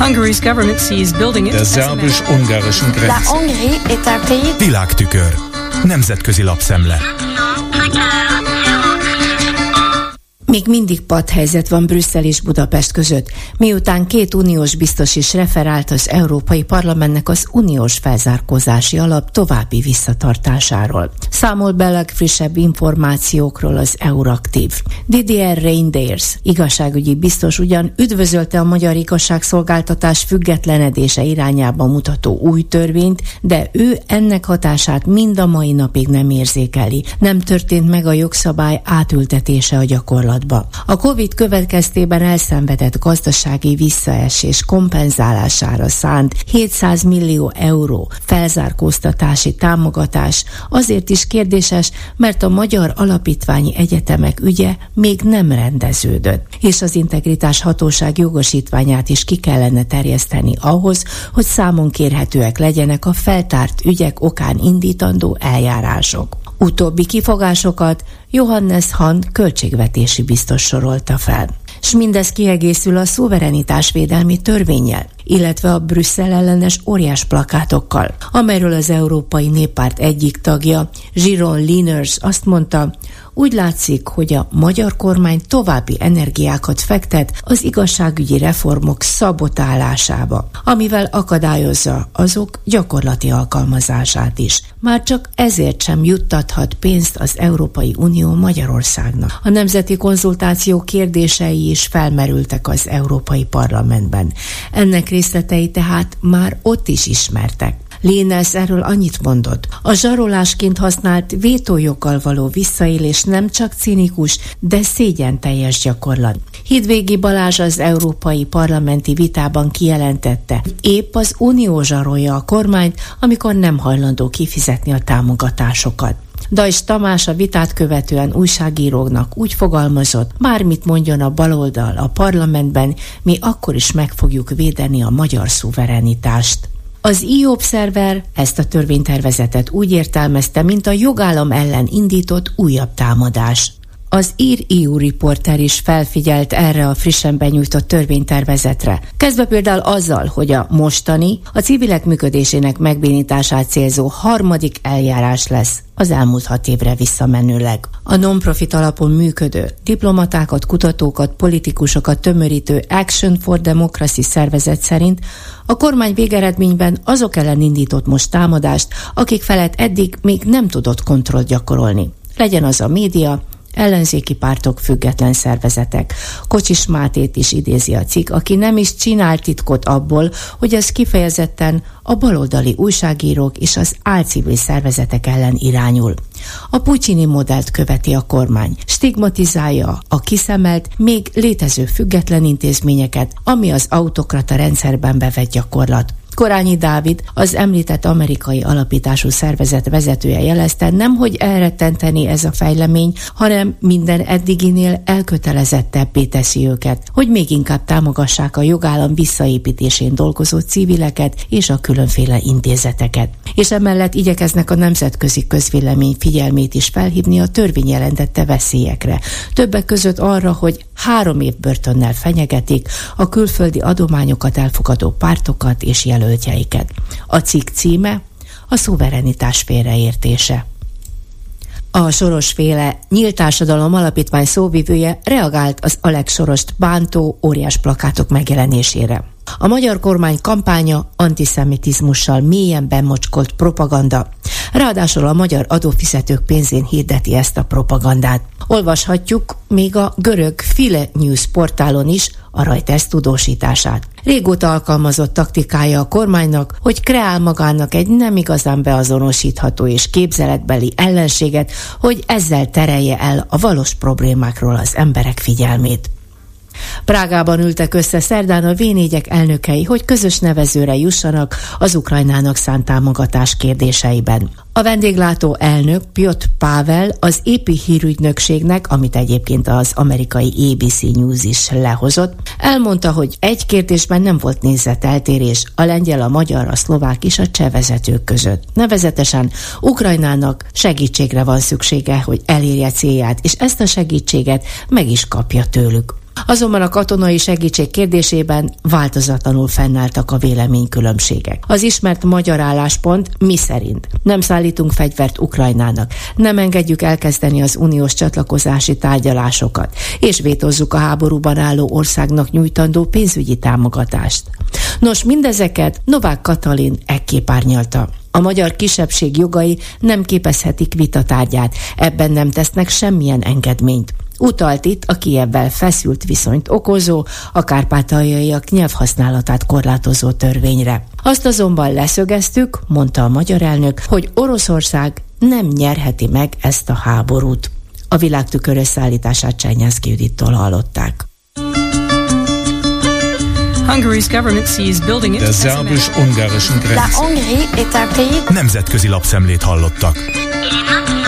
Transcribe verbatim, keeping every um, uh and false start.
Hungary's government sees building it. Der szerbus-ungarischen Grenze. La Hongrie est un pays. Világtükör. Nemzetközi lapszemle. Még mindig padhelyzet van Brüsszel és Budapest között, miután két uniós biztos is referált az Európai Parlamentnek az uniós felzárkózási alap további visszatartásáról. Számol be legfrissebb információkról az Euraktív. Didier Reynders, igazságügyi biztos ugyan üdvözölte a magyar igazságszolgáltatás függetlenedése irányába mutató új törvényt, de ő ennek hatását mind a mai napig nem érzékeli. Nem történt meg a jogszabály átültetése a gyakorlatban. A Covid következtében elszenvedett gazdasági visszaesés kompenzálására szánt hétszáz millió euró felzárkóztatási támogatás azért is kérdéses, mert a magyar alapítványi egyetemek ügye még nem rendeződött, és az Integritás Hatóság jogosítványát is ki kellene terjeszteni ahhoz, hogy számon kérhetőek legyenek a feltárt ügyek okán indítandó eljárások. Utóbbi kifogásokat Johannes Hahn költségvetési biztos sorolta fel. S mindez kiegészül a szuverenitásvédelmi törvénnyel, illetve a Brüsszel ellenes óriás plakátokkal, amelyről az Európai Néppárt egyik tagja, Jeroen Lenaers azt mondta, úgy látszik, hogy a magyar kormány további energiákat fektet az igazságügyi reformok szabotálásába, amivel akadályozza azok gyakorlati alkalmazását is. Már csak ezért sem juttathat pénzt az Európai Unió Magyarországnak. A nemzeti konzultáció kérdései is felmerültek az Európai Parlamentben. Ennek részletei tehát már ott is ismertek. Lenaers erről annyit mondott. A zsarolásként használt vétójoggal való visszaélés nem csak cinikus, de szégyenteljes gyakorlat. Hidvégi Balázs az európai parlamenti vitában kijelentette, hogy épp az unió zsarolja a kormányt, amikor nem hajlandó kifizetni a támogatásokat. Dajs Tamás a vitát követően újságíróknak úgy fogalmazott, bármit mondjon a baloldal a parlamentben, mi akkor is meg fogjuk védeni a magyar szuverenitást. Az e-Observer ezt a törvénytervezetet úgy értelmezte, mint a jogállam ellen indított újabb támadás. Az ír é u riporter is felfigyelt erre a frissen benyújtott törvénytervezetre. Kezdve például azzal, hogy a mostani, a civilek működésének megbénítását célzó harmadik eljárás lesz az elmúlt hat évre visszamenőleg. A non-profit alapon működő, diplomatákat, kutatókat, politikusokat tömörítő Action for Democracy szervezet szerint a kormány végeredményben azok ellen indított most támadást, akik felett eddig még nem tudott kontrollt gyakorolni. Legyen az a média, ellenzéki pártok, független szervezetek. Kocsis Mátét is idézi a cikk, aki nem is csinál titkot abból, hogy ez kifejezetten a baloldali újságírók és az álcivil szervezetek ellen irányul. A putyini modellt követi a kormány, stigmatizálja a kiszemelt, még létező független intézményeket, ami az autokrata rendszerben bevett gyakorlat. Korányi Dávid, az említett amerikai alapítású szervezet vezetője jelezte, nemhogy elrettenteni ez a fejlemény, hanem minden eddiginél elkötelezettebbé teszi őket, hogy még inkább támogassák a jogállam visszaépítésén dolgozó civileket és a különféle intézeteket. És emellett igyekeznek a nemzetközi közvélemény figyelmét is felhívni a törvény jelentette veszélyekre. Többek között arra, hogy három év börtönnel fenyegetik a külföldi adományokat elfogadó pártokat és jelöltjeiket. A cikk címe a szuverenitás félreértése. A Soros-féle Nyílt Társadalom Alapítvány szóvivője reagált az Alex Sorost bántó óriás plakátok megjelenésére. A magyar kormány kampánya antiszemitizmussal mélyen bemocskolt propaganda. Ráadásul a magyar adófizetők pénzén hirdeti ezt a propagandát. Olvashatjuk még a görög File News portálon is a Reuters tudósítását. Régóta alkalmazott taktikája a kormánynak, hogy kreál magának egy nem igazán beazonosítható és képzeletbeli ellenséget, hogy ezzel terelje el a valós problémákról az emberek figyelmét. Prágában ültek össze szerdán a vé négyek elnökei, hogy közös nevezőre jussanak az Ukrajnának szánt támogatás kérdéseiben. A vendéglátó elnök Piotr Pavel az é pé hírügynökségnek, amit egyébként az amerikai á bé cé News is lehozott, elmondta, hogy egy kérdésben nem volt nézeteltérés a lengyel, a magyar, a szlovák és a cseh vezetők között. Nevezetesen Ukrajnának segítségre van szüksége, hogy elérje célját, és ezt a segítséget meg is kapja tőlük. Azonban a katonai segítség kérdésében változatlanul fennálltak a véleménykülönbségek. Az ismert magyar álláspont miszerint nem szállítunk fegyvert Ukrajnának, nem engedjük elkezdeni az uniós csatlakozási tárgyalásokat, és vétozzuk a háborúban álló országnak nyújtandó pénzügyi támogatást. Nos, mindezeket Novák Katalin ekképp árnyalta. A magyar kisebbség jogai nem képezhetik vitatárgyát, ebben nem tesznek semmilyen engedményt. Utalt itt a Kijevvel feszült viszonyt okozó, a kárpátaljaiak nyelvhasználatát korlátozó törvényre. Azt azonban leszögeztük, mondta a magyar elnök, hogy Oroszország nem nyerheti meg ezt a háborút. A Világtükör összeállítását Csernyánszky Judittól hallották. Hungary's government sees building it. Der szerbus-ungarischen La Grenze. Hongrie est un pays... Nemzetközi lapszemlét hallottak.